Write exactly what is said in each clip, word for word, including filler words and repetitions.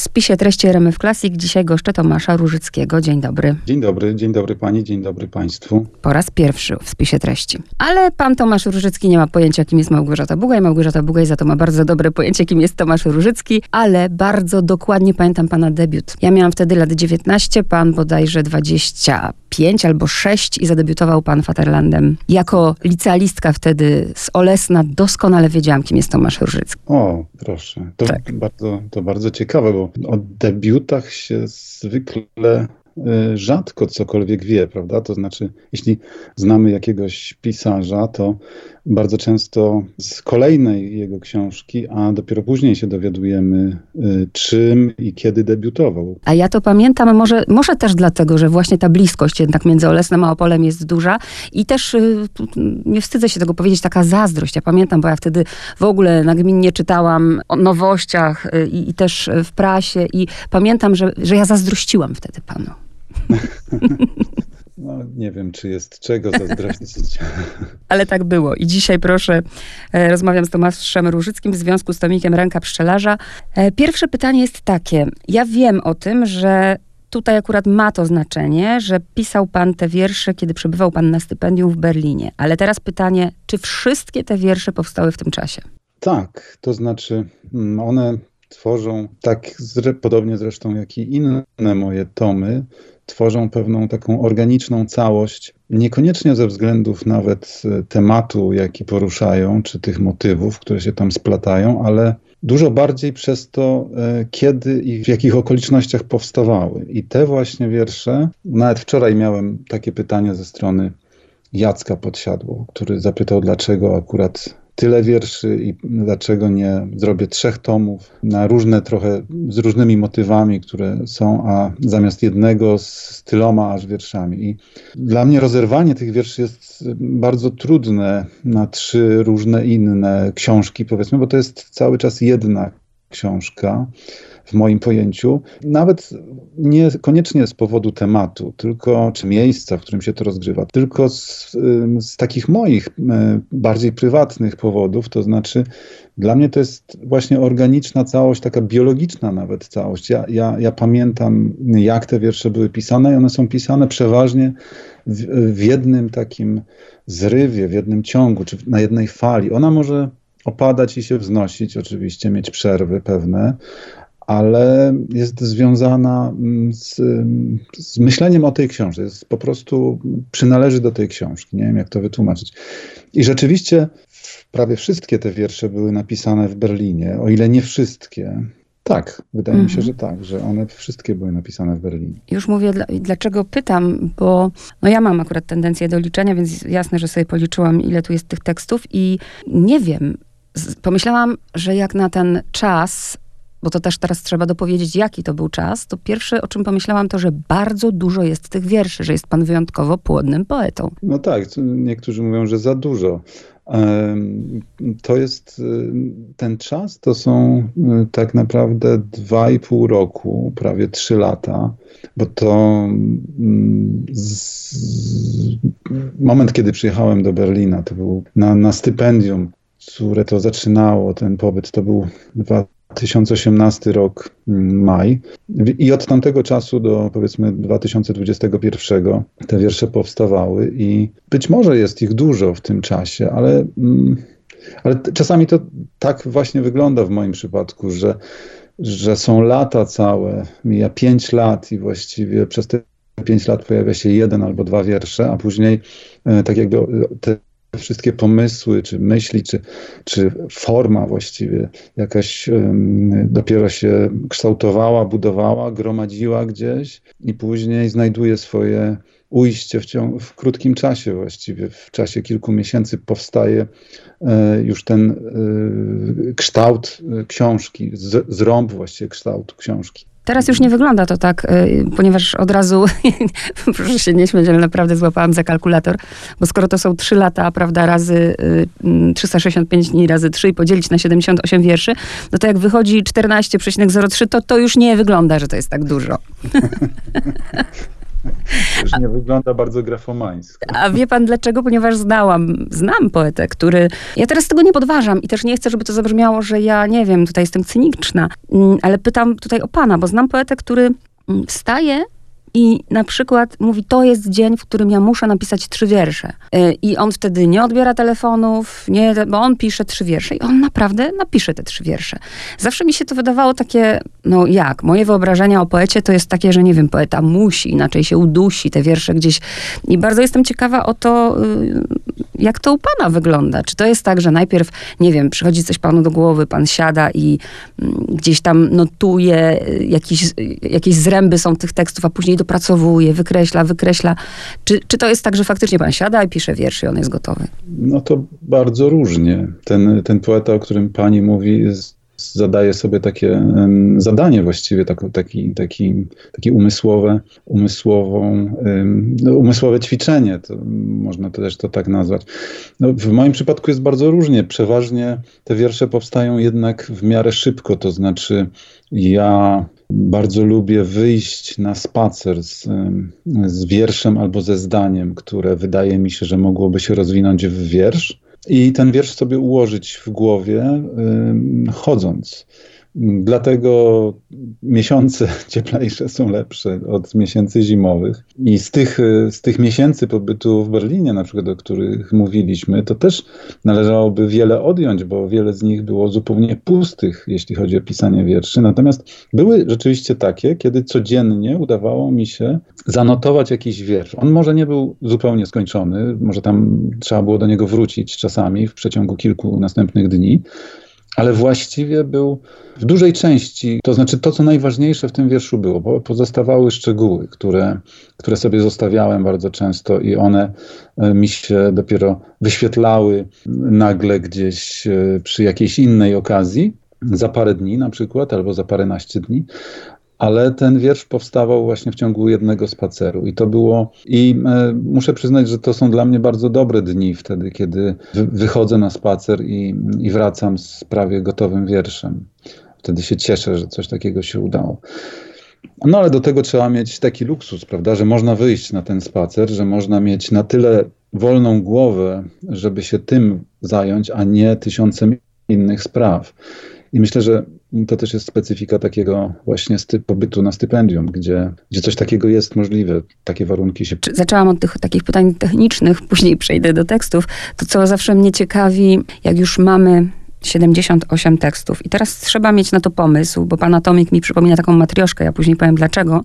spisie treści R M F Classic dzisiaj goszczę Tomasza Różyckiego. Dzień dobry. Dzień dobry, dzień dobry pani, dzień dobry państwu. Po raz pierwszy w spisie treści. Ale pan Tomasz Różycki nie ma pojęcia, kim jest Małgorzata Bugaj. Małgorzata Bugaj za to ma bardzo dobre pojęcie, kim jest Tomasz Różycki, ale bardzo dokładnie pamiętam pana debiut. Ja miałam wtedy lat dziewiętnaście, pan bodajże dwadzieścia pięć albo sześć i zadebiutował pan Vaterlandem. Jako licealistka wtedy z Olesna doskonale wiedziałam, kim jest Tomasz Różycki. O, proszę. To, tak. bardzo, to bardzo ciekawe, bo o debiutach się zwykle y, rzadko cokolwiek wie, prawda? To znaczy, jeśli znamy jakiegoś pisarza, to bardzo często z kolejnej jego książki, a dopiero później się dowiadujemy, y, czym i kiedy debiutował. A ja to pamiętam, może, może też dlatego, że właśnie ta bliskość jednak między Olesnem a Opolem jest duża i też, y, nie wstydzę się tego powiedzieć, taka zazdrość. Ja pamiętam, bo ja wtedy w ogóle nagminnie czytałam o nowościach y, i też w prasie i pamiętam, że, że ja zazdrościłam wtedy panu. No, nie wiem, czy jest czego zazdrościć. Ale tak było. I dzisiaj proszę, e, rozmawiam z Tomaszem Różyckim w związku z tomikiem Ręka Pszczelarza. E, pierwsze pytanie jest takie. Ja wiem o tym, że tutaj akurat ma to znaczenie, że pisał pan te wiersze, kiedy przebywał pan na stypendium w Berlinie. Ale teraz pytanie, czy wszystkie te wiersze powstały w tym czasie? Tak, to znaczy one tworzą, tak zre, podobnie zresztą jak i inne moje tomy, tworzą pewną taką organiczną całość, niekoniecznie ze względów nawet tematu, jaki poruszają, czy tych motywów, które się tam splatają, ale dużo bardziej przez to, kiedy i w jakich okolicznościach powstawały. I te właśnie wiersze, nawet wczoraj miałem takie pytanie ze strony Jacka Podsiadło, który zapytał, dlaczego akurat tyle wierszy i dlaczego nie zrobię trzech tomów na różne trochę, z różnymi motywami, które są, a zamiast jednego z tyloma aż wierszami. I dla mnie rozerwanie tych wierszy jest bardzo trudne na trzy różne inne książki, powiedzmy, bo to jest cały czas jedna książka w moim pojęciu, nawet nie koniecznie z powodu tematu, tylko czy miejsca, w którym się to rozgrywa, tylko z, z takich moich bardziej prywatnych powodów, to znaczy dla mnie to jest właśnie organiczna całość, taka biologiczna nawet całość. Ja, ja, ja pamiętam, jak te wiersze były pisane i one są pisane przeważnie w, w jednym takim zrywie, w jednym ciągu, czy na jednej fali. Ona może opadać i się wznosić, oczywiście, mieć przerwy pewne, ale jest związana z, z myśleniem o tej książce. Jest po prostu przynależy do tej książki. Nie wiem, jak to wytłumaczyć. I rzeczywiście prawie wszystkie te wiersze były napisane w Berlinie, o ile nie wszystkie. Tak, wydaje mhm. mi się, że tak, że one wszystkie były napisane w Berlinie. Już mówię, dla, dlaczego pytam, bo no ja mam akurat tendencję do liczenia, więc jasne, że sobie policzyłam, ile tu jest tych tekstów i nie wiem, pomyślałam, że jak na ten czas, bo to też teraz trzeba dopowiedzieć, jaki to był czas, to pierwsze, o czym pomyślałam, to, że bardzo dużo jest tych wierszy, że jest pan wyjątkowo płodnym poetą. No tak, niektórzy mówią, że za dużo. To jest ten czas, to są tak naprawdę dwa i pół roku, prawie trzy lata, bo to z, moment, kiedy przyjechałem do Berlina, to był na, na stypendium, które to zaczynało, ten pobyt, to był dwa tysiące osiemnasty rok, maj. I od tamtego czasu do, powiedzmy, dwa tysiące dwudziestego pierwszego te wiersze powstawały i być może jest ich dużo w tym czasie, ale, ale czasami to tak właśnie wygląda w moim przypadku, że, że są lata całe, mija pięć lat i właściwie przez te pięć lat pojawia się jeden albo dwa wiersze, a później tak jakby te wszystkie pomysły, czy myśli, czy, czy forma właściwie jakaś um, dopiero się kształtowała, budowała, gromadziła gdzieś i później znajduje swoje ujście w, ciągu, w krótkim czasie właściwie. W czasie kilku miesięcy powstaje e, już ten e, kształt książki, z, zrąb właściwie kształtu książki. Teraz już nie wygląda to tak, ponieważ od razu, proszę się nie śmiać, ale naprawdę złapałam za kalkulator, bo skoro to są trzy lata, prawda, razy trzysta sześćdziesiąt pięć dni, razy trzy i podzielić na siedemdziesiąt osiem wierszy, no to jak wychodzi czternaście przecinek zero trzy, to to już nie wygląda, że to jest tak dużo. Już nie wygląda bardzo grafomańsko. A wie pan dlaczego? Ponieważ znałam, znam poetę, który... Ja teraz tego nie podważam i też nie chcę, żeby to zabrzmiało, że ja, nie wiem, tutaj jestem cyniczna, ale pytam tutaj o pana, bo znam poetę, który wstaje i na przykład mówi, to jest dzień, w którym ja muszę napisać trzy wiersze. I on wtedy nie odbiera telefonów, nie, bo on pisze trzy wiersze i on naprawdę napisze te trzy wiersze. Zawsze mi się to wydawało takie, no jak, moje wyobrażenia o poecie to jest takie, że nie wiem, poeta musi, inaczej się udusi, te wiersze gdzieś. I bardzo jestem ciekawa o to, jak to u pana wygląda. Czy to jest tak, że najpierw, nie wiem, przychodzi coś panu do głowy, pan siada i gdzieś tam notuje, jakieś, jakieś zręby są tych tekstów, a później dopracowuje, wykreśla, wykreśla. Czy, czy to jest tak, że faktycznie pan siada i pisze wiersz i on jest gotowy? No to bardzo różnie. Ten, ten poeta, o którym pani mówi, zadaje sobie takie um, zadanie właściwie, tak, taki, taki, taki umysłowe, umysłową, um, no, umysłowe ćwiczenie, to można też to tak nazwać. No, w moim przypadku jest bardzo różnie. Przeważnie te wiersze powstają jednak w miarę szybko, to znaczy ja bardzo lubię wyjść na spacer z, z wierszem albo ze zdaniem, które wydaje mi się, że mogłoby się rozwinąć w wiersz. I ten wiersz sobie ułożyć w głowie, yy, chodząc. Dlatego miesiące cieplejsze są lepsze od miesięcy zimowych. I z tych, z tych miesięcy pobytu w Berlinie, na przykład, o których mówiliśmy, to też należałoby wiele odjąć, bo wiele z nich było zupełnie pustych, jeśli chodzi o pisanie wierszy. Natomiast były rzeczywiście takie, kiedy codziennie udawało mi się zanotować jakiś wiersz. On może nie był zupełnie skończony, może tam trzeba było do niego wrócić czasami w przeciągu kilku następnych dni, ale właściwie był w dużej części, to znaczy to, co najważniejsze w tym wierszu było, bo pozostawały szczegóły, które, które sobie zostawiałem bardzo często i one mi się dopiero wyświetlały nagle gdzieś przy jakiejś innej okazji, za parę dni na przykład, albo za paręnaście dni. Ale ten wiersz powstawał właśnie w ciągu jednego spaceru i to było, i e, muszę przyznać, że to są dla mnie bardzo dobre dni wtedy, kiedy wy, wychodzę na spacer i, i wracam z prawie gotowym wierszem. Wtedy się cieszę, że coś takiego się udało. No ale do tego trzeba mieć taki luksus, prawda, że można wyjść na ten spacer, że można mieć na tyle wolną głowę, żeby się tym zająć, a nie tysiącem innych spraw. I myślę, że to też jest specyfika takiego właśnie styp, pobytu na stypendium, gdzie, gdzie coś takiego jest możliwe, takie warunki się... Zaczęłam od tych takich pytań technicznych, później przejdę do tekstów. To, co zawsze mnie ciekawi, jak już mamy siedemdziesiąt osiem tekstów i teraz trzeba mieć na to pomysł, bo pan Atomik mi przypomina taką matrioszkę, ja później powiem dlaczego,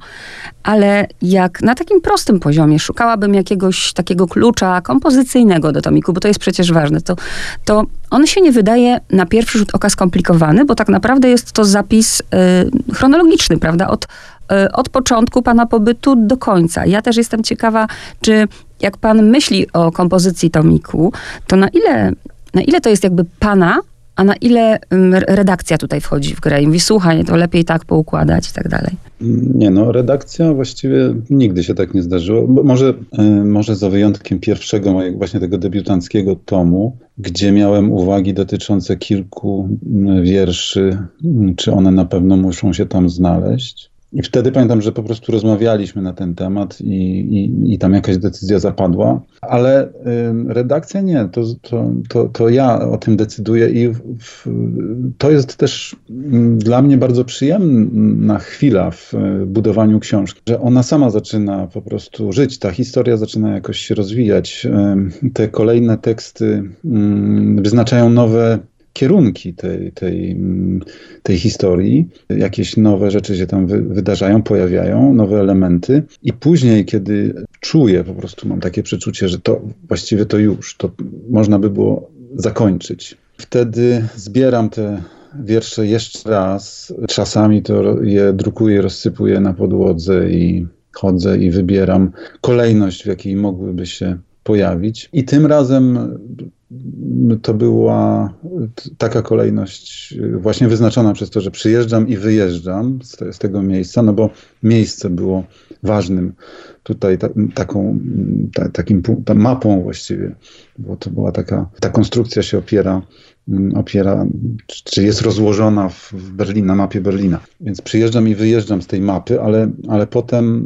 ale jak na takim prostym poziomie szukałabym jakiegoś takiego klucza kompozycyjnego do tomiku, bo to jest przecież ważne, to, to on się nie wydaje na pierwszy rzut oka skomplikowany, bo tak naprawdę jest to zapis y, chronologiczny, prawda, od, y, od początku pana pobytu do końca. Ja też jestem ciekawa, czy jak pan myśli o kompozycji tomiku, to na ile, na ile to jest jakby pana, a na ile redakcja tutaj wchodzi w grę i mówi, słuchaj, to lepiej tak poukładać i tak dalej? Nie no, redakcja właściwie nigdy się tak nie zdarzyło. Bo może, może za wyjątkiem pierwszego mojego, właśnie tego debiutanckiego tomu, gdzie miałem uwagi dotyczące kilku wierszy, czy one na pewno muszą się tam znaleźć. I wtedy pamiętam, że po prostu rozmawialiśmy na ten temat i, i, i tam jakaś decyzja zapadła, ale y, redakcja nie, to, to, to, to ja o tym decyduję i w, w, to jest też y, dla mnie bardzo przyjemna chwila w y, budowaniu książki, że ona sama zaczyna po prostu żyć, ta historia zaczyna jakoś się rozwijać, y, te kolejne teksty y, wyznaczają nowe kierunki tej, tej, tej historii. Jakieś nowe rzeczy się tam wy, wydarzają, pojawiają, nowe elementy i później, kiedy czuję, po prostu mam takie przeczucie, że to właściwie to już, to można by było zakończyć. Wtedy zbieram te wiersze jeszcze raz. Czasami to je drukuję, rozsypuję na podłodze i chodzę i wybieram kolejność, w jakiej mogłyby się pojawić. I tym razem to była taka kolejność właśnie wyznaczona przez to, że przyjeżdżam i wyjeżdżam z, te, z tego miejsca, no bo miejsce było ważnym tutaj ta, taką, ta, takim ta mapą właściwie, bo to była taka, ta konstrukcja się opiera opiera, czy jest rozłożona w Berlin, na mapie Berlina. Więc przyjeżdżam i wyjeżdżam z tej mapy, ale, ale potem,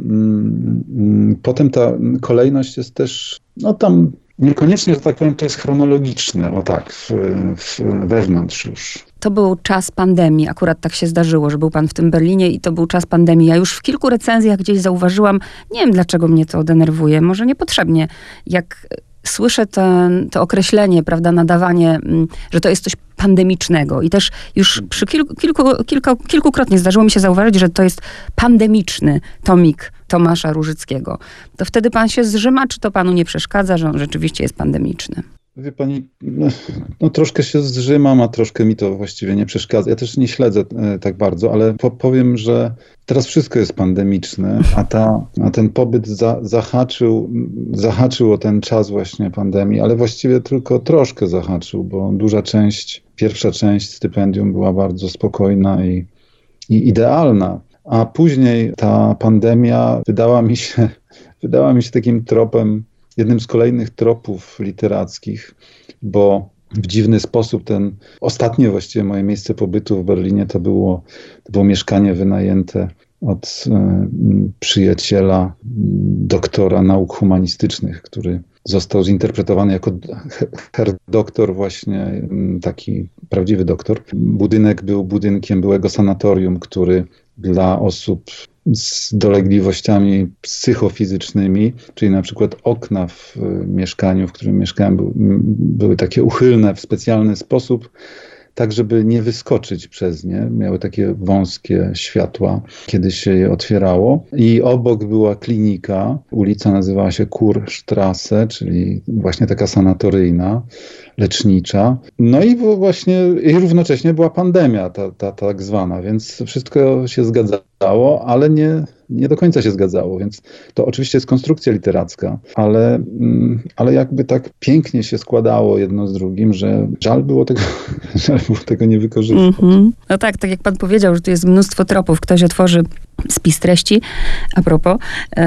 potem ta kolejność jest też, no tam niekoniecznie, że tak powiem, to jest chronologiczne, o tak, w, w, wewnątrz już. To był czas pandemii, akurat tak się zdarzyło, że był pan w tym Berlinie i to był czas pandemii. Ja już w kilku recenzjach gdzieś zauważyłam, nie wiem dlaczego mnie to denerwuje, może niepotrzebnie, jak słyszę ten, to określenie, prawda, nadawanie, że to jest coś pandemicznego i też już przy kilku, kilku, kilku, kilkukrotnie zdarzyło mi się zauważyć, że to jest pandemiczny tomik Tomasza Różyckiego. To wtedy pan się zrzyma, czy to panu nie przeszkadza, że on rzeczywiście jest pandemiczny? Wie pani, no, no troszkę się zrzymam, a troszkę mi to właściwie nie przeszkadza. Ja też nie śledzę e, tak bardzo, ale po, powiem, że teraz wszystko jest pandemiczne, a, ta, a ten pobyt za, zahaczył, zahaczył o ten czas właśnie pandemii, ale właściwie tylko troszkę zahaczył, bo duża część, pierwsza część stypendium była bardzo spokojna i, i idealna, a później ta pandemia wydała mi się, wydała mi się takim tropem, jednym z kolejnych tropów literackich, bo w dziwny sposób ten ostatnie właściwie moje miejsce pobytu w Berlinie to było, to było mieszkanie wynajęte od e, przyjaciela, doktora nauk humanistycznych, który został zinterpretowany jako herr doktor, właśnie taki prawdziwy doktor. Budynek był budynkiem byłego sanatorium, który dla osób z dolegliwościami psychofizycznymi, czyli na przykład okna w mieszkaniu, w którym mieszkałem, były, były takie uchylne w specjalny sposób, tak żeby nie wyskoczyć przez nie. Miały takie wąskie światła, kiedy się je otwierało. I obok była klinika. Ulica nazywała się Kurstrasse, czyli właśnie taka sanatoryjna, lecznicza. No i właśnie i równocześnie była pandemia, ta, ta, ta tak zwana, więc wszystko się zgadzało, ale nie, nie do końca się zgadzało, więc to oczywiście jest konstrukcja literacka, ale, ale jakby tak pięknie się składało jedno z drugim, że żal było tego, żal było tego nie wykorzystać. Mm-hmm. No tak, tak jak pan powiedział, że tu jest mnóstwo tropów. Ktoś otworzy spis treści, a propos,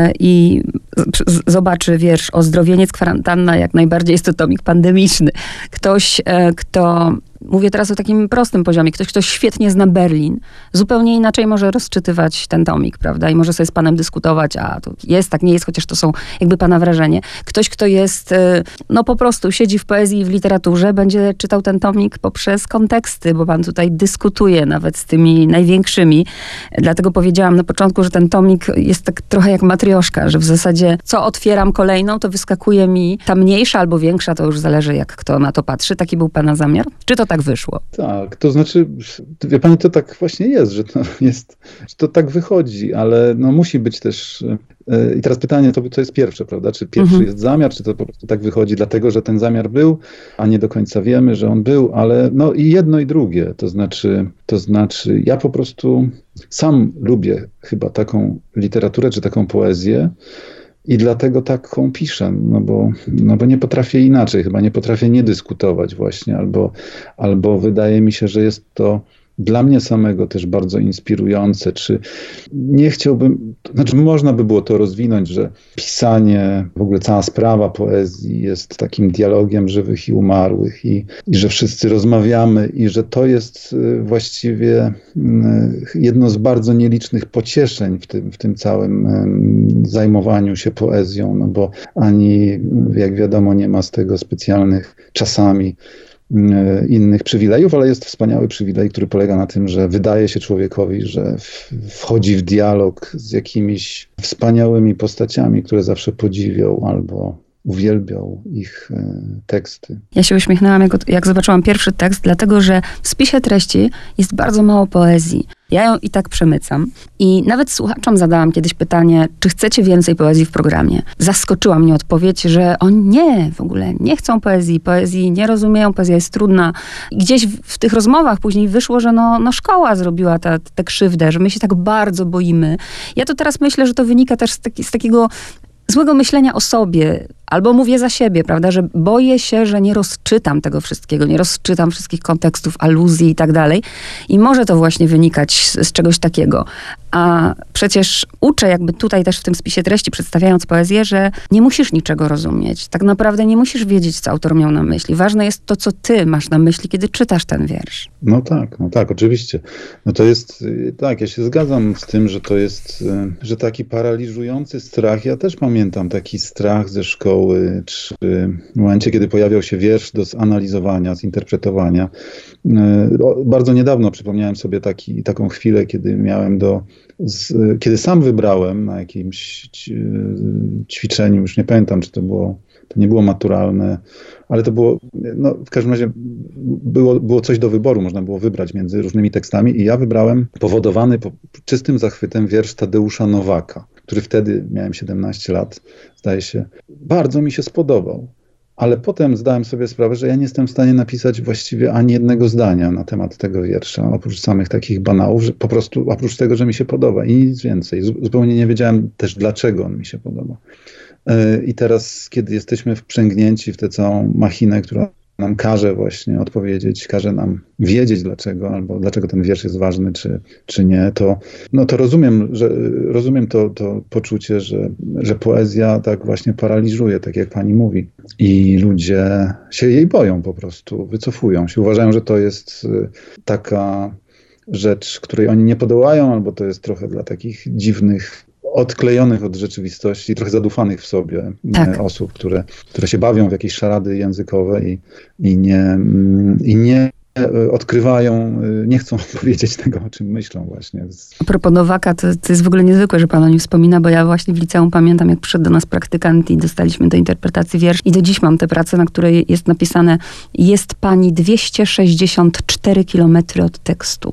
i z- zobaczy wiersz Ozdrowieniec, kwarantanna, jak najbardziej jest to tomik pandemiczny. Ktoś, kto... Mówię teraz o takim prostym poziomie. Ktoś, kto świetnie zna Berlin, zupełnie inaczej może rozczytywać ten tomik, prawda? I może sobie z panem dyskutować, a to jest, tak nie jest, chociaż to są jakby pana wrażenie. Ktoś, kto jest, no po prostu siedzi w poezji i w literaturze, będzie czytał ten tomik poprzez konteksty, bo pan tutaj dyskutuje nawet z tymi największymi. Dlatego powiedziałam na początku, że ten tomik jest tak trochę jak matrioszka, że w zasadzie co otwieram kolejną, to wyskakuje mi ta mniejsza albo większa, to już zależy jak kto na to patrzy. Taki był pana zamiar? Czy to tak wyszło? Tak, to znaczy, wie pani, to tak właśnie jest, że to jest, że to tak wychodzi, ale no musi być też, yy, i teraz pytanie, to, to jest pierwsze, prawda, czy pierwszy mhm. jest zamiar, czy to po prostu tak wychodzi dlatego, że ten zamiar był, a nie do końca wiemy, że on był, ale no i jedno i drugie, to znaczy, to znaczy ja po prostu sam lubię chyba taką literaturę, czy taką poezję, i dlatego taką piszę, no bo, no bo nie potrafię inaczej, chyba nie potrafię nie dyskutować właśnie, albo, albo wydaje mi się, że jest to dla mnie samego też bardzo inspirujące, czy nie chciałbym, to znaczy można by było to rozwinąć, że pisanie, w ogóle cała sprawa poezji jest takim dialogiem żywych i umarłych i, i że wszyscy rozmawiamy i że to jest właściwie jedno z bardzo nielicznych pocieszeń w tym, w tym całym zajmowaniu się poezją, no bo ani, jak wiadomo, nie ma z tego specjalnych czasami innych przywilejów, ale jest wspaniały przywilej, który polega na tym, że wydaje się człowiekowi, że wchodzi w dialog z jakimiś wspaniałymi postaciami, które zawsze podziwiał albo uwielbiał ich teksty. Ja się uśmiechnęłam, jak, jak zobaczyłam pierwszy tekst, dlatego że w spisie treści jest bardzo mało poezji. Ja ją i tak przemycam. I nawet słuchaczom zadałam kiedyś pytanie, czy chcecie więcej poezji w programie. Zaskoczyła mnie odpowiedź, że oni nie, w ogóle nie chcą poezji, poezji nie rozumieją, poezja jest trudna. I gdzieś w, w tych rozmowach później wyszło, że no, no szkoła zrobiła tę krzywdę, że my się tak bardzo boimy. Ja to teraz myślę, że to wynika też z, taki, z takiego złego myślenia o sobie. albo mówię za siebie, prawda, że boję się, że nie rozczytam tego wszystkiego, nie rozczytam wszystkich kontekstów, aluzji i tak dalej. I może to właśnie wynikać z, z czegoś takiego. A przecież uczę jakby tutaj też w tym spisie treści, przedstawiając poezję, że nie musisz niczego rozumieć. Tak naprawdę nie musisz wiedzieć, co autor miał na myśli. Ważne jest to, co ty masz na myśli, kiedy czytasz ten wiersz. No tak, no tak, oczywiście. No to jest, tak, ja się zgadzam z tym, że to jest, że taki paraliżujący strach, ja też pamiętam taki strach ze szkoły, czy w momencie, kiedy pojawiał się wiersz do zanalizowania, zinterpretowania. Bardzo niedawno przypomniałem sobie taki, taką chwilę, kiedy miałem do, z, kiedy sam wybrałem na jakimś ćwiczeniu, już nie pamiętam, czy to było, to nie było maturalne, ale to było, no w każdym razie było, było coś do wyboru, można było wybrać między różnymi tekstami i ja wybrałem powodowany po czystym zachwytem wiersz Tadeusza Nowaka, który wtedy, miałem siedemnaście lat, zdaje się, bardzo mi się spodobał. Ale potem zdałem sobie sprawę, że ja nie jestem w stanie napisać właściwie ani jednego zdania na temat tego wiersza, oprócz samych takich banałów, że po prostu oprócz tego, że mi się podoba i nic więcej. Zupełnie nie wiedziałem też, dlaczego on mi się podoba. I teraz, kiedy jesteśmy wprzęgnięci w tę całą machinę, która nam każe właśnie odpowiedzieć, każe nam wiedzieć dlaczego, albo dlaczego ten wiersz jest ważny, czy, czy nie, to, no to rozumiem, że, rozumiem to, to poczucie, że, że poezja tak właśnie paraliżuje, tak jak pani mówi. I ludzie się jej boją po prostu, wycofują się. Uważają, że to jest taka rzecz, której oni nie podołają, albo to jest trochę dla takich dziwnych, odklejonych od rzeczywistości, trochę zadufanych w sobie tak. osób, które, które się bawią w jakieś szarady językowe i, i, nie, i nie odkrywają, nie chcą powiedzieć tego, o czym myślą właśnie. A propos Nowaka, to, to jest w ogóle niezwykłe, że pan o nim wspomina, bo ja właśnie w liceum pamiętam, jak przyszedł do nas praktykant i dostaliśmy do interpretacji wiersz. I do dziś mam tę pracę, na której jest napisane: jest pani dwieście sześćdziesiąt cztery kilometry od tekstu.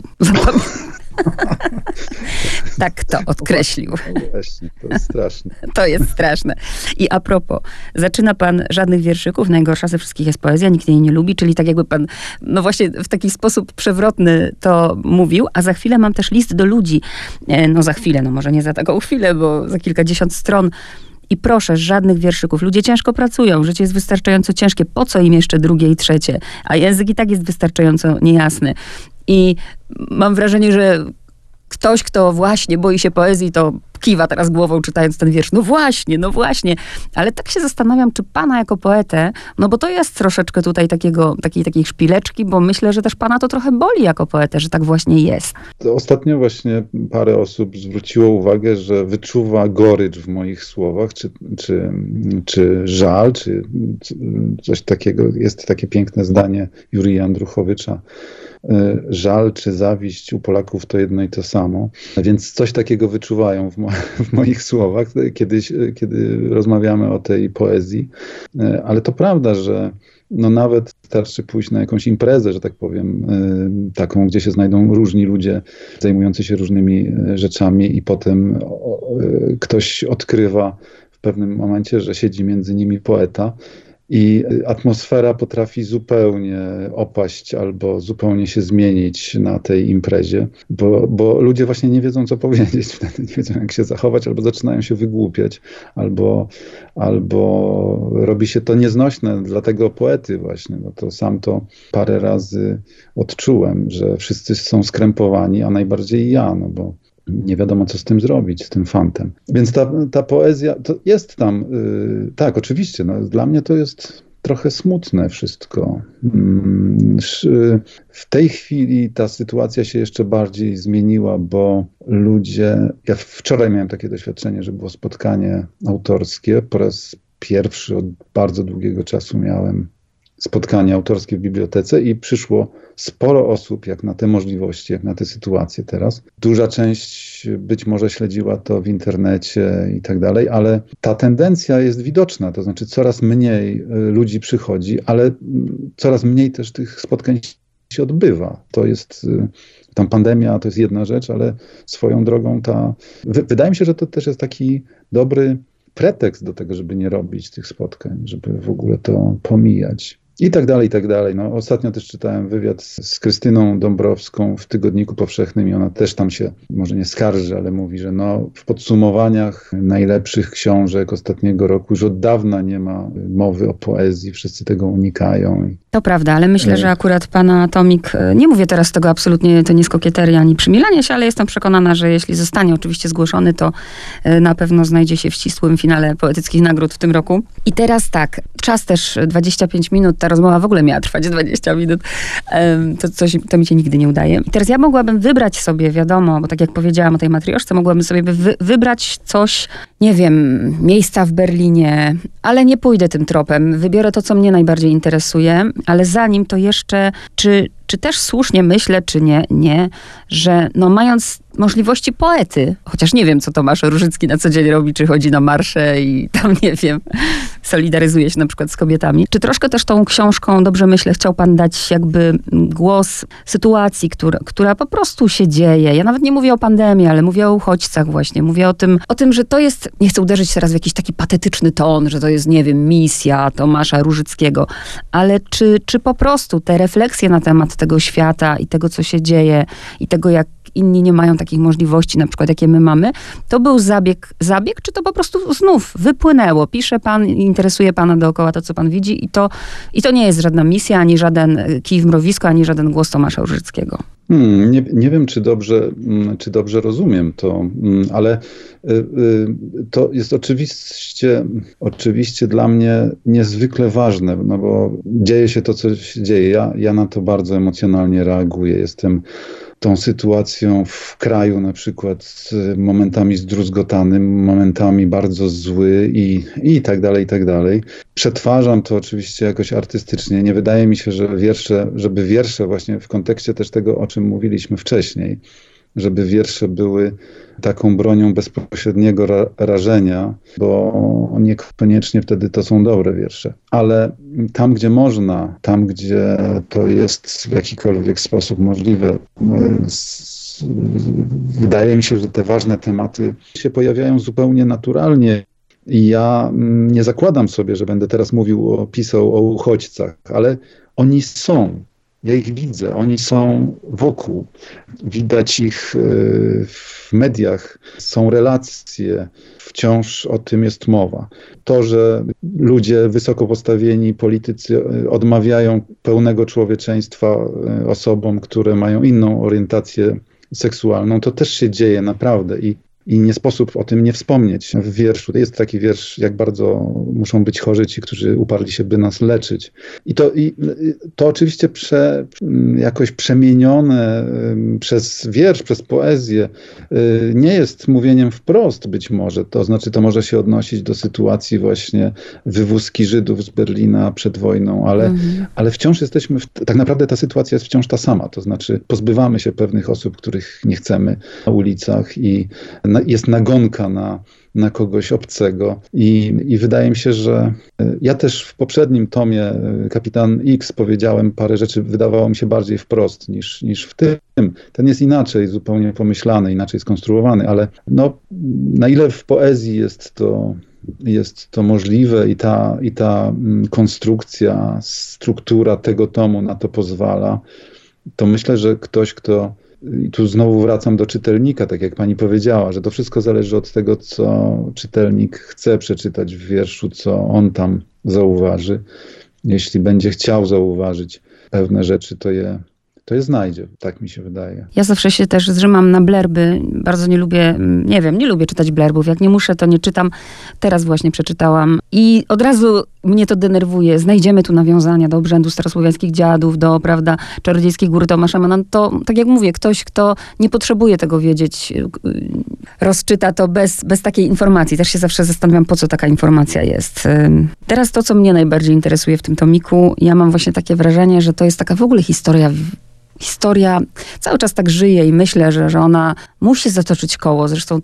Tak to odkreślił. Właśnie, to jest straszne. To jest straszne. I a propos, zaczyna pan żadnych wierszyków, najgorsza ze wszystkich jest poezja, nikt jej nie lubi, czyli tak jakby pan, no właśnie w taki sposób przewrotny to mówił, a za chwilę mam też list do ludzi. No za chwilę, no może nie za taką chwilę, bo za kilkadziesiąt stron. I proszę, żadnych wierszyków. Ludzie ciężko pracują, życie jest wystarczająco ciężkie. Po co im jeszcze drugie i trzecie? A język i tak jest wystarczająco niejasny. I mam wrażenie, że ktoś, kto właśnie boi się poezji, to kiwa teraz głową, czytając ten wiersz. No właśnie, no właśnie. Ale tak się zastanawiam, czy pana jako poetę, no bo to jest troszeczkę tutaj takiego, takiej, takiej szpileczki, bo myślę, że też pana to trochę boli jako poetę, że tak właśnie jest. To ostatnio właśnie parę osób zwróciło uwagę, że wyczuwa gorycz w moich słowach, czy, czy, czy żal, czy coś takiego. Jest takie piękne zdanie Jurija Andruchowicza. Żal czy zawiść u Polaków to jedno i to samo. Więc coś takiego wyczuwają w, mo- w moich słowach, kiedy, kiedy rozmawiamy o tej poezji. Ale to prawda, że no nawet wystarczy pójść na jakąś imprezę, że tak powiem, taką, gdzie się znajdą różni ludzie zajmujący się różnymi rzeczami i potem ktoś odkrywa w pewnym momencie, że siedzi między nimi poeta. I atmosfera potrafi zupełnie opaść albo zupełnie się zmienić na tej imprezie, bo, bo ludzie właśnie nie wiedzą, co powiedzieć, wtedy nie wiedzą, jak się zachować, albo zaczynają się wygłupiać, albo, albo robi się to nieznośne dla tego poety właśnie. No to sam to parę razy odczułem, że wszyscy są skrępowani, a najbardziej ja, no bo nie wiadomo, co z tym zrobić, z tym fantem. Więc ta, ta poezja, to jest tam, yy, tak, oczywiście, no, dla mnie to jest trochę smutne wszystko. Yy, w tej chwili ta sytuacja się jeszcze bardziej zmieniła, bo ludzie, ja wczoraj miałem takie doświadczenie, że było spotkanie autorskie, po raz pierwszy od bardzo długiego czasu miałem spotkanie autorskie w bibliotece i przyszło sporo osób, jak na te możliwości, jak na tę sytuację teraz. Duża część być może śledziła to w internecie i tak dalej, ale ta tendencja jest widoczna, to znaczy coraz mniej ludzi przychodzi, ale coraz mniej też tych spotkań się odbywa. To jest, tam pandemia to jest jedna rzecz, ale swoją drogą ta... Wydaje mi się, że to też jest taki dobry pretekst do tego, żeby nie robić tych spotkań, żeby w ogóle to pomijać. I tak dalej, i tak dalej. No, ostatnio też czytałem wywiad z, z Krystyną Dąbrowską w Tygodniku Powszechnym i ona też tam się, może nie skarży, ale mówi, że no, w podsumowaniach najlepszych książek ostatniego roku już od dawna nie ma mowy o poezji, wszyscy tego unikają. To prawda, ale myślę, że akurat pana Tomik, nie mówię teraz tego absolutnie, to nie jest kokieteria ani przymilanie się, ale jestem przekonana, że jeśli zostanie oczywiście zgłoszony, to na pewno znajdzie się w ścisłym finale poetyckich nagród w tym roku. I teraz tak, czas też dwadzieścia pięć minut, ta rozmowa w ogóle miała trwać dwadzieścia minut, to, coś, to mi się nigdy nie udaje. I teraz ja mogłabym wybrać sobie, wiadomo, bo tak jak powiedziałam o tej matrioszce, mogłabym sobie wy, wybrać coś, nie wiem, miejsca w Berlinie, ale nie pójdę tym tropem. Wybiorę to, co mnie najbardziej interesuje, ale zanim to jeszcze, czy, czy też słusznie myślę, czy nie, nie, że no mając możliwości poety, chociaż nie wiem, co Tomasz Różycki na co dzień robi, czy chodzi na marsze i tam, nie wiem, solidaryzuje się na przykład z kobietami. Czy troszkę też tą książką, dobrze myślę, chciał pan dać jakby głos sytuacji, która, która po prostu się dzieje. Ja nawet nie mówię o pandemii, ale mówię o uchodźcach właśnie. Mówię o tym, o tym, że to jest, nie chcę uderzyć teraz w jakiś taki patetyczny ton, że to jest, nie wiem, misja Tomasza Różyckiego, ale czy, czy po prostu te refleksje na temat tego świata i tego, co się dzieje i tego, jak inni nie mają takich możliwości, na przykład jakie my mamy, to był zabieg, zabieg, czy to po prostu znów wypłynęło? Pisze pan, interesuje pana dookoła to, co pan widzi i to, i to nie jest żadna misja, ani żaden kij w mrowisko, ani żaden głos Tomasza Różyckiego. Hmm, nie, nie wiem, czy dobrze, czy dobrze rozumiem to, ale to jest oczywiście, oczywiście dla mnie niezwykle ważne, no bo dzieje się to, co się dzieje. Ja, ja na to bardzo emocjonalnie reaguję. Jestem tą sytuacją w kraju na przykład momentami zdruzgotanym, momentami bardzo zły i, i tak dalej, i tak dalej. Przetwarzam to oczywiście jakoś artystycznie. Nie wydaje mi się, że wiersze, żeby wiersze właśnie w kontekście też tego, o czym mówiliśmy wcześniej, żeby wiersze były taką bronią bezpośredniego ra- rażenia, bo niekoniecznie wtedy to są dobre wiersze. Ale tam, gdzie można, tam, gdzie to jest w jakikolwiek sposób możliwe, z, wydaje mi się, że te ważne tematy się pojawiają zupełnie naturalnie. I ja nie zakładam sobie, że będę teraz mówił, o, pisał o uchodźcach, ale oni są. Ja ich widzę, oni są wokół. Widać ich w mediach, są relacje, wciąż o tym jest mowa. To, że ludzie wysoko postawieni, politycy odmawiają pełnego człowieczeństwa osobom, które mają inną orientację seksualną, to też się dzieje naprawdę i I nie sposób o tym nie wspomnieć w wierszu. Jest taki wiersz, jak bardzo muszą być chorzy ci, którzy uparli się, by nas leczyć. I to, i to oczywiście prze, jakoś przemienione przez wiersz, przez poezję, nie jest mówieniem wprost być może. To znaczy, to może się odnosić do sytuacji właśnie wywózki Żydów z Berlina przed wojną, ale, mhm. ale wciąż jesteśmy, w, tak naprawdę ta sytuacja jest wciąż ta sama. To znaczy, pozbywamy się pewnych osób, których nie chcemy na ulicach i jest nagonka na, na kogoś obcego i, i wydaje mi się, że ja też w poprzednim tomie Kapitan X powiedziałem parę rzeczy, wydawało mi się bardziej wprost niż, niż w tym. Ten jest inaczej zupełnie pomyślany, inaczej skonstruowany, ale no, na ile w poezji jest to, jest to możliwe i ta, i ta konstrukcja, struktura tego tomu na to pozwala, to myślę, że ktoś, kto i tu znowu wracam do czytelnika, tak jak pani powiedziała, że to wszystko zależy od tego, co czytelnik chce przeczytać w wierszu, co on tam zauważy. Jeśli będzie chciał zauważyć pewne rzeczy, to je, to je znajdzie. Tak mi się wydaje. Ja zawsze się też zrzymam na blerby. Bardzo nie lubię, nie wiem, nie lubię czytać blerbów. Jak nie muszę, to nie czytam. Teraz właśnie przeczytałam. I od razu mnie to denerwuje. Znajdziemy tu nawiązania do obrzędu starosłowiańskich dziadów, do, prawda, czarodziejskiej góry Tomasza Manna. To, tak jak mówię, ktoś, kto nie potrzebuje tego wiedzieć, rozczyta to bez, bez takiej informacji. Też się zawsze zastanawiam, po co taka informacja jest. Teraz to, co mnie najbardziej interesuje w tym tomiku, ja mam właśnie takie wrażenie, że to jest taka w ogóle historia Historia cały czas tak żyje i myślę, że, że ona musi zatoczyć koło. Zresztą tak,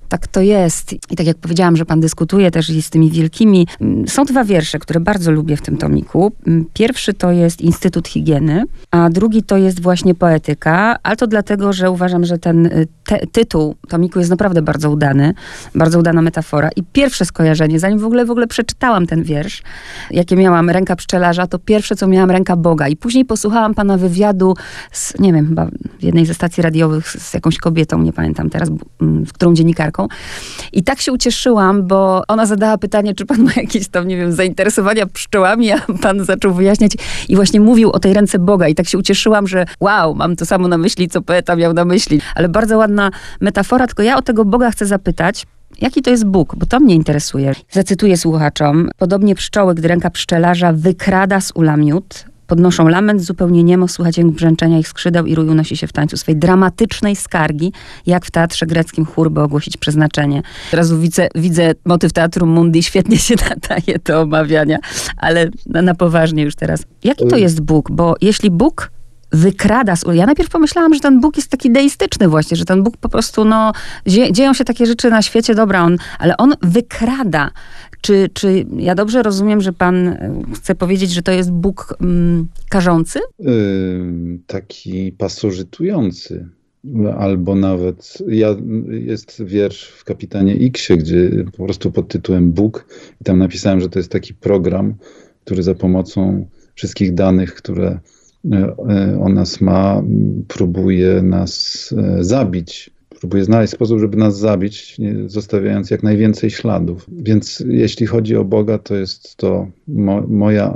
Tak to jest. I tak jak powiedziałam, że pan dyskutuje też i z tymi wielkimi. Są dwa wiersze, które bardzo lubię w tym tomiku. Pierwszy to jest Instytut Higieny, a drugi to jest właśnie poetyka, ale to dlatego, że uważam, że ten te, tytuł tomiku jest naprawdę bardzo udany, bardzo udana metafora. I pierwsze skojarzenie, zanim w ogóle w ogóle przeczytałam ten wiersz, jakie miałam Ręka pszczelarza, to pierwsze, co miałam, Ręka Boga. I później posłuchałam pana wywiadu z, nie wiem, chyba w jednej ze stacji radiowych z jakąś kobietą, nie pamiętam teraz, z którą dziennikarką. I tak się ucieszyłam, bo ona zadała pytanie, czy pan ma jakieś tam, nie wiem, zainteresowania pszczołami, a pan zaczął wyjaśniać i właśnie mówił o tej ręce Boga. I tak się ucieszyłam, że wow, mam to samo na myśli, co poeta miał na myśli. Ale bardzo ładna metafora, tylko ja o tego Boga chcę zapytać, jaki to jest Bóg? Bo to mnie interesuje. Zacytuję słuchaczom. Podobnie pszczoły, gdy ręka pszczelarza wykrada z ula miód, podnoszą lament zupełnie niemo, słuchać dźwięk brzęczenia ich skrzydeł i rój unosi się w tańcu swej dramatycznej skargi, jak w teatrze greckim chór, by ogłosić przeznaczenie. Teraz widzę, widzę motyw Teatru Mundi, świetnie się nadaje do omawiania, ale na, na poważnie już teraz. Jaki to jest Bóg? Bo jeśli Bóg wykrada z ul... Ja najpierw pomyślałam, że ten Bóg jest taki deistyczny właśnie, że ten Bóg po prostu, no, dzie, dzieją się takie rzeczy na świecie, dobra, on, ale on wykrada. Czy, czy ja dobrze rozumiem, że pan chce powiedzieć, że to jest Bóg mm, karzący? Yy, taki pasożytujący. Albo nawet, ja, jest wiersz w Kapitanie X-ie, gdzie po prostu pod tytułem Bóg i tam napisałem, że to jest taki program, który za pomocą wszystkich danych, które o nas ma, próbuje nas zabić. Próbuje znaleźć sposób, żeby nas zabić, nie zostawiając jak najwięcej śladów. Więc jeśli chodzi o Boga, to jest to mo- moja,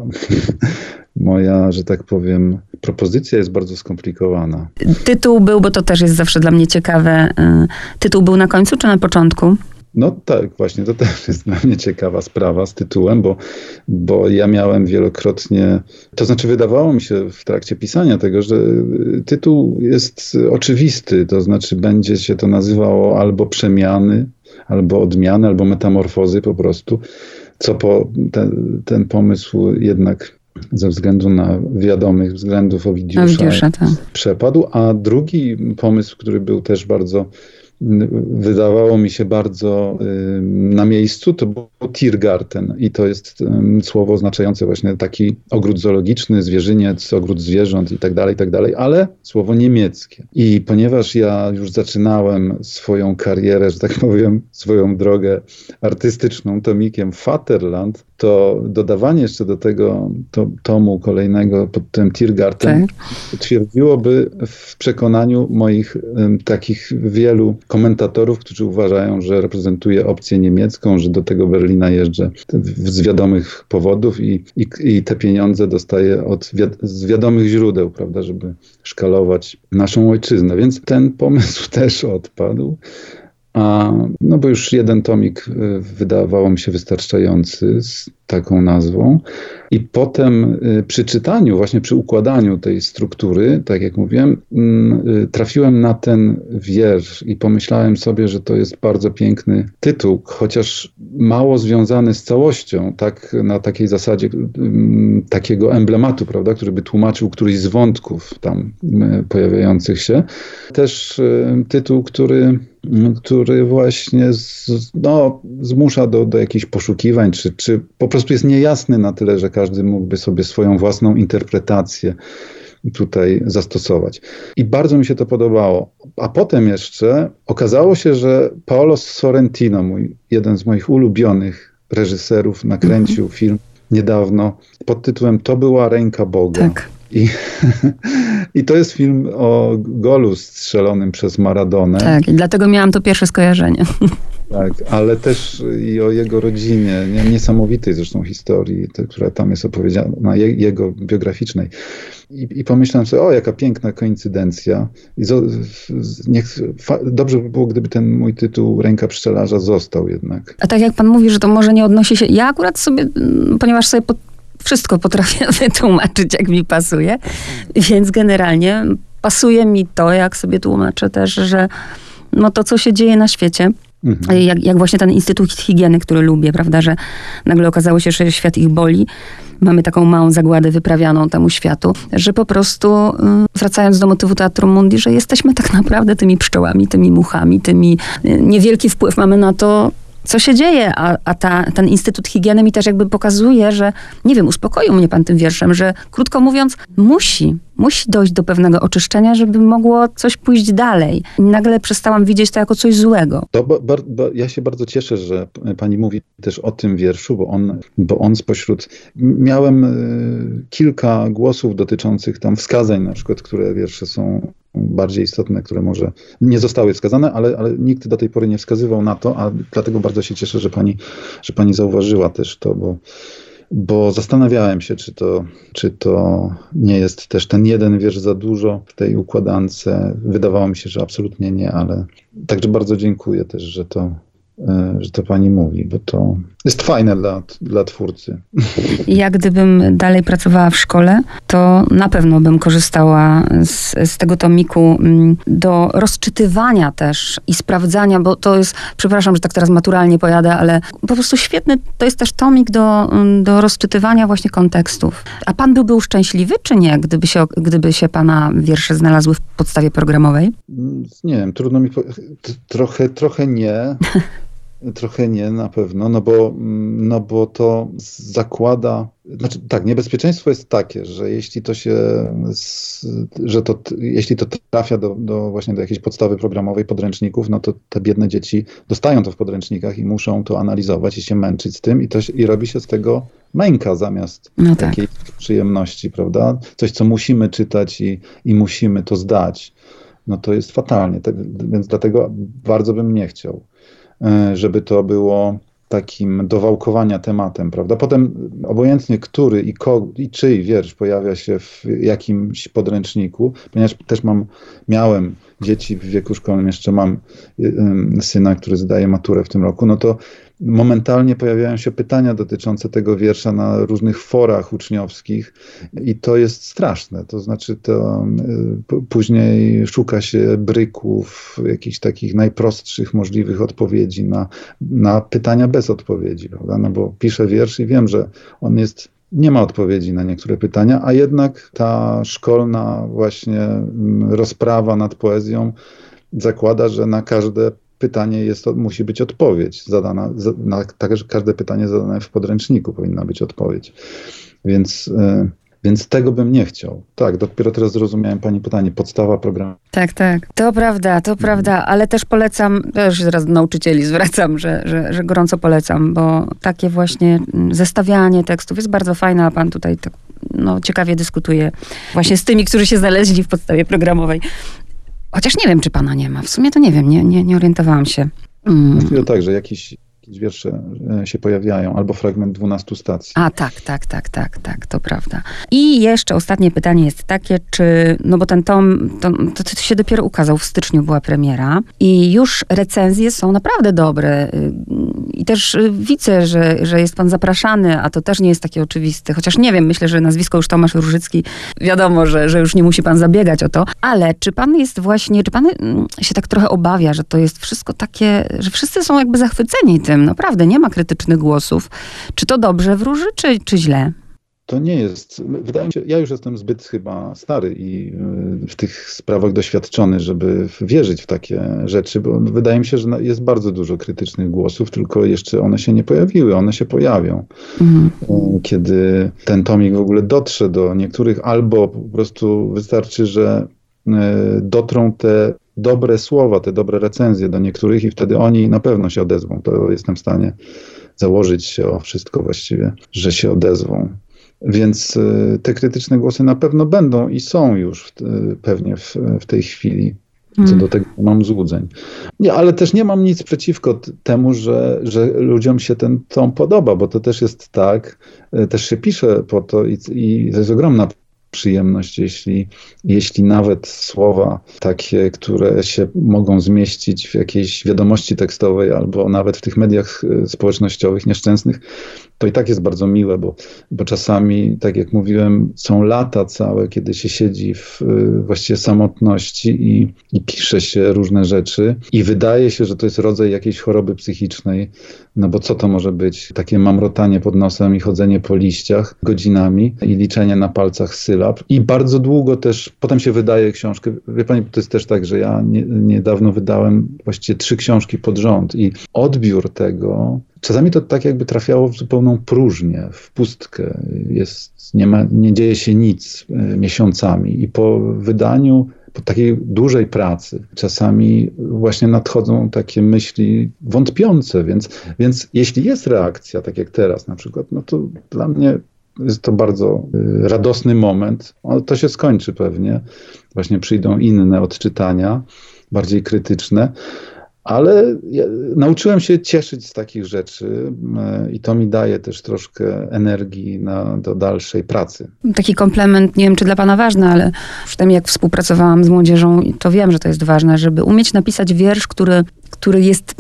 moja, że tak powiem, propozycja jest bardzo skomplikowana. Tytuł był, bo to też jest zawsze dla mnie ciekawe, tytuł był na końcu czy na początku? No tak, właśnie, to też jest dla mnie ciekawa sprawa z tytułem, bo, bo ja miałem wielokrotnie, to znaczy wydawało mi się w trakcie pisania tego, że tytuł jest oczywisty, to znaczy będzie się to nazywało albo Przemiany, albo Odmiany, albo Metamorfozy po prostu, co po ten, ten pomysł jednak ze względu na wiadomych względów Owidiusza, Owidiusza tak. przepadł, a drugi pomysł, który był też bardzo wydawało mi się bardzo y, na miejscu, to był Tiergarten i to jest y, słowo oznaczające właśnie taki ogród zoologiczny, zwierzyniec, ogród zwierząt i tak dalej, i tak dalej, ale słowo niemieckie. I ponieważ ja już zaczynałem swoją karierę, że tak powiem, swoją drogę artystyczną tomikiem Vaterland, to dodawanie jeszcze do tego to, tomu kolejnego pod tym Tiergarten tak. twierdziłoby w przekonaniu moich y, takich wielu komentatorów, którzy uważają, że reprezentuje opcję niemiecką, że do tego Berlina jeżdżę z wiadomych powodów i, i, i te pieniądze dostaję od wiad- z wiadomych źródeł, prawda, żeby szkalować naszą ojczyznę. Więc ten pomysł też odpadł. A, no bo już jeden tomik wydawało mi się wystarczający z taką nazwą. I potem przy czytaniu, właśnie przy układaniu tej struktury, tak jak mówiłem, trafiłem na ten wiersz i pomyślałem sobie, że to jest bardzo piękny tytuł, chociaż mało związany z całością, tak na takiej zasadzie takiego emblematu, prawda, który by tłumaczył któryś z wątków tam pojawiających się. Też tytuł, który który właśnie z, no, zmusza do, do jakichś poszukiwań, czy, czy po prostu jest niejasny na tyle, że każdy mógłby sobie swoją własną interpretację tutaj zastosować. I bardzo mi się to podobało. A potem jeszcze okazało się, że Paolo Sorrentino, mój, jeden z moich ulubionych reżyserów, nakręcił mm-hmm. film niedawno pod tytułem To była ręka Boga. Tak. I, I to jest film o golu strzelonym przez Maradonę. Tak, i dlatego miałam to pierwsze skojarzenie. Tak, ale też i o jego rodzinie, nie, niesamowitej zresztą historii, te, która tam jest opowiedziana, je, jego biograficznej. I, I pomyślałem sobie, o jaka piękna koincydencja. I zo, niech, fa, dobrze by było, gdyby ten mój tytuł Ręka pszczelarza został jednak. A tak jak pan mówi, że to może nie odnosi się... Ja akurat sobie, ponieważ sobie pod, wszystko potrafię wytłumaczyć, jak mi pasuje, więc generalnie pasuje mi to, jak sobie tłumaczę też, że no to, co się dzieje na świecie, Mhm. Jak, jak właśnie ten Instytut Higieny, który lubię, prawda, że nagle okazało się, że świat ich boli. Mamy taką małą zagładę wyprawianą temu światu, że po prostu y, wracając do motywu Teatrum Mundi, że jesteśmy tak naprawdę tymi pszczołami, tymi muchami, tymi y, niewielki wpływ mamy na to, co się dzieje, a, a ta, ten Instytut Higieny mi też jakby pokazuje, że, nie wiem, uspokoił mnie pan tym wierszem, że krótko mówiąc, musi, musi dojść do pewnego oczyszczenia, żeby mogło coś pójść dalej. I nagle przestałam widzieć to jako coś złego. To ba, ba, ba, ja się bardzo cieszę, że pani mówi też o tym wierszu, bo on, bo on spośród... Miałem y, kilka głosów dotyczących tam wskazań, na przykład, które wiersze są bardziej istotne, które może nie zostały wskazane, ale, ale nikt do tej pory nie wskazywał na to, a dlatego bardzo się cieszę, że pani, że pani zauważyła też to, bo, bo zastanawiałem się, czy to, czy to nie jest też ten jeden wiersz za dużo w tej układance. Wydawało mi się, że absolutnie nie, ale także bardzo dziękuję też, że to, że to pani mówi, bo to jest fajne dla, dla twórcy. Ja gdybym dalej pracowała w szkole, to na pewno bym korzystała z, z tego tomiku do rozczytywania też i sprawdzania, bo to jest, przepraszam, że tak teraz maturalnie pojadę, ale po prostu świetny, to jest też tomik do, do rozczytywania właśnie kontekstów. A pan by był szczęśliwy, czy nie, gdyby się, gdyby się pana wiersze znalazły w podstawie programowej? Nie wiem, trudno mi powiedzieć. Trochę, trochę nie. Trochę nie, na pewno, no bo, no bo to zakłada, znaczy tak, niebezpieczeństwo jest takie, że jeśli to się, że to, jeśli to trafia do, do właśnie do jakiejś podstawy programowej, podręczników, no to te biedne dzieci dostają to w podręcznikach i muszą to analizować i się męczyć z tym i, to, i robi się z tego męka zamiast no takiej tak. przyjemności, prawda? Coś, co musimy czytać i, i musimy to zdać, no to jest fatalnie, tak, więc dlatego bardzo bym nie chciał, żeby to było takim dowałkowania tematem, prawda? Potem obojętnie który i, ko, i czyj wiersz pojawia się w jakimś podręczniku, ponieważ też mam, miałem dzieci w wieku szkolnym, jeszcze mam syna, który zdaje maturę w tym roku, no to momentalnie pojawiają się pytania dotyczące tego wiersza na różnych forach uczniowskich i to jest straszne. To znaczy to y, później szuka się bryków, jakichś takich najprostszych możliwych odpowiedzi na, na pytania bez odpowiedzi, prawda? No bo piszę wiersz i wiem, że on jest, nie ma odpowiedzi na niektóre pytania, a jednak ta szkolna właśnie rozprawa nad poezją zakłada, że na każde pytanie jest, musi być odpowiedź zadana, na każde pytanie zadane w podręczniku powinna być odpowiedź. Więc, y, więc tego bym nie chciał. Tak, dopiero teraz zrozumiałem pani pytanie, podstawa programu. Tak, tak. To prawda, to prawda, ale też polecam, też się teraz do nauczycieli zwracam, że, że, że gorąco polecam, bo takie właśnie zestawianie tekstów jest bardzo fajne, a pan tutaj tak, no, ciekawie dyskutuje właśnie z tymi, którzy się znaleźli w podstawie programowej. Chociaż nie wiem, czy pana nie ma. W sumie to nie wiem, nie, nie, nie orientowałam się. Mm. Właściwie tak, że jakieś, jakieś wiersze się pojawiają, albo fragment dwunastu stacji. A tak, tak, tak, tak, tak, to prawda. I jeszcze ostatnie pytanie jest takie, czy, no bo ten tom, to, to, to się dopiero ukazał, w styczniu była premiera i już recenzje są naprawdę dobre. I też widzę, że, że jest pan zapraszany, a to też nie jest takie oczywiste. Chociaż nie wiem, myślę, że nazwisko już Tomasz Różycki, wiadomo, że, że już nie musi pan zabiegać o to. Ale czy pan jest właśnie, czy pan się tak trochę obawia, że to jest wszystko takie, że wszyscy są jakby zachwyceni tym, naprawdę, nie ma krytycznych głosów. Czy to dobrze wróży, czy, czy źle? To nie jest, wydaje mi się, ja już jestem zbyt chyba stary i w tych sprawach doświadczony, żeby wierzyć w takie rzeczy, bo wydaje mi się, że jest bardzo dużo krytycznych głosów, tylko jeszcze one się nie pojawiły, one się pojawią. Mhm. Kiedy ten tomik w ogóle dotrze do niektórych, albo po prostu wystarczy, że dotrą te dobre słowa, te dobre recenzje do niektórych i wtedy oni na pewno się odezwą. To jestem w stanie założyć się o wszystko właściwie, że się odezwą. Więc y, te krytyczne głosy na pewno będą i są już w, y, pewnie w, w tej chwili. Co hmm. do tego nie mam złudzeń. Nie, ale też nie mam nic przeciwko t- temu, że, że ludziom się ten tom podoba, bo to też jest tak, y, też się pisze po to i, i to jest ogromna przyjemność, jeśli, jeśli nawet słowa takie, które się mogą zmieścić w jakiejś wiadomości tekstowej albo nawet w tych mediach społecznościowych nieszczęsnych, to i tak jest bardzo miłe, bo, bo czasami, tak jak mówiłem, są lata całe, kiedy się siedzi w y, właściwie samotności i, i pisze się różne rzeczy i wydaje się, że to jest rodzaj jakiejś choroby psychicznej, no bo co to może być? Takie mamrotanie pod nosem i chodzenie po liściach godzinami i liczenie na palcach sylab. I bardzo długo też, potem się wydaje książkę. Wie pani, to jest też tak, że ja nie, niedawno wydałem właściwie trzy książki pod rząd i odbiór tego, czasami to tak jakby trafiało w zupełną próżnię, w pustkę. Jest, nie, ma, nie dzieje się nic y, miesiącami i po wydaniu, po takiej dużej pracy czasami właśnie nadchodzą takie myśli wątpiące, więc, więc jeśli jest reakcja, tak jak teraz na przykład, no to dla mnie jest to bardzo y, radosny moment. O, to się skończy pewnie. Właśnie przyjdą inne odczytania, bardziej krytyczne. Ale ja nauczyłem się cieszyć z takich rzeczy i to mi daje też troszkę energii na, do dalszej pracy. Taki komplement, nie wiem, czy dla pana ważny, ale już tym jak współpracowałam z młodzieżą, to wiem, że to jest ważne, żeby umieć napisać wiersz, który, który jest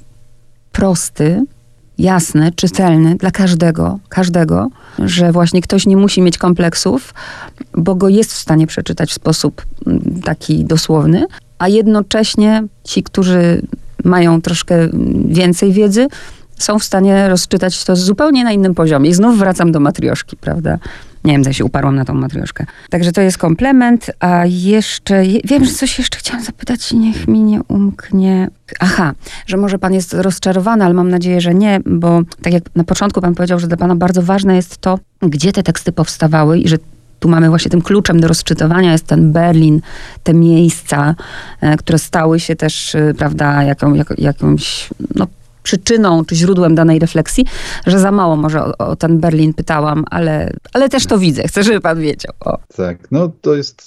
prosty, jasny, czytelny dla każdego, każdego, że właśnie ktoś nie musi mieć kompleksów, bo go jest w stanie przeczytać w sposób taki dosłowny, a jednocześnie ci, którzy mają troszkę więcej wiedzy, są w stanie rozczytać to zupełnie na innym poziomie. I znów wracam do matrioszki, prawda? Nie wiem, co się uparłam na tą matrioszkę. Także to jest komplement, a jeszcze, wiem, że coś jeszcze chciałam zapytać i niech mi nie umknie. Aha, że może pan jest rozczarowany, ale mam nadzieję, że nie, bo tak jak na początku pan powiedział, że dla pana bardzo ważne jest to, gdzie te teksty powstawały i że tu mamy właśnie tym kluczem do rozczytywania jest ten Berlin, te miejsca, e, które stały się też, e, prawda, jaką, jak, jakąś no, przyczyną czy źródłem danej refleksji, że za mało może o, o ten Berlin pytałam, ale, ale też to widzę. Chcę, żeby pan wiedział. O. Tak, no to jest,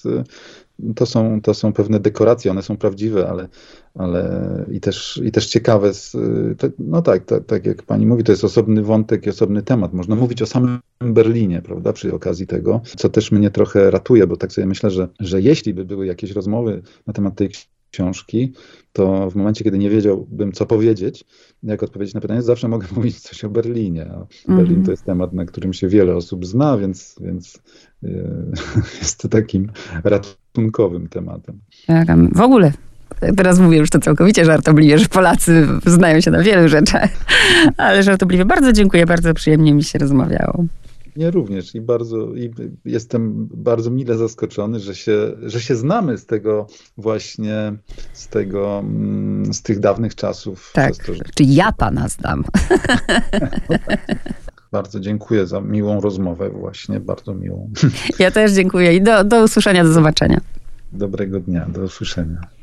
to są, to są pewne dekoracje, one są prawdziwe, ale, ale i, też, i też ciekawe. Z, to, no tak, tak, tak jak pani mówi, to jest osobny wątek i osobny temat. Można mówić o samym Berlinie, prawda, przy okazji tego, co też mnie trochę ratuje, bo tak sobie myślę, że, że jeśli by były jakieś rozmowy na temat tej książki, to w momencie, kiedy nie wiedziałbym, co powiedzieć, jak odpowiedzieć na pytanie, zawsze mogę mówić coś o Berlinie. A mm-hmm. Berlin to jest temat, na którym się wiele osób zna, więc, więc yy, jest to takim ratunkowym tematem. Tak, w ogóle teraz mówię już to całkowicie żartobliwie, że Polacy znają się na wielu rzeczach, ale żartobliwie. Bardzo dziękuję, bardzo przyjemnie mi się rozmawiało. Nie również i bardzo i jestem bardzo mile zaskoczony, że się, że się znamy z tego właśnie, z tego, z tych dawnych czasów. Tak, to, że... czy ja pana znam. Bardzo dziękuję za miłą rozmowę właśnie, bardzo miłą. Ja też dziękuję i do, do usłyszenia, do zobaczenia. Dobrego dnia, do usłyszenia.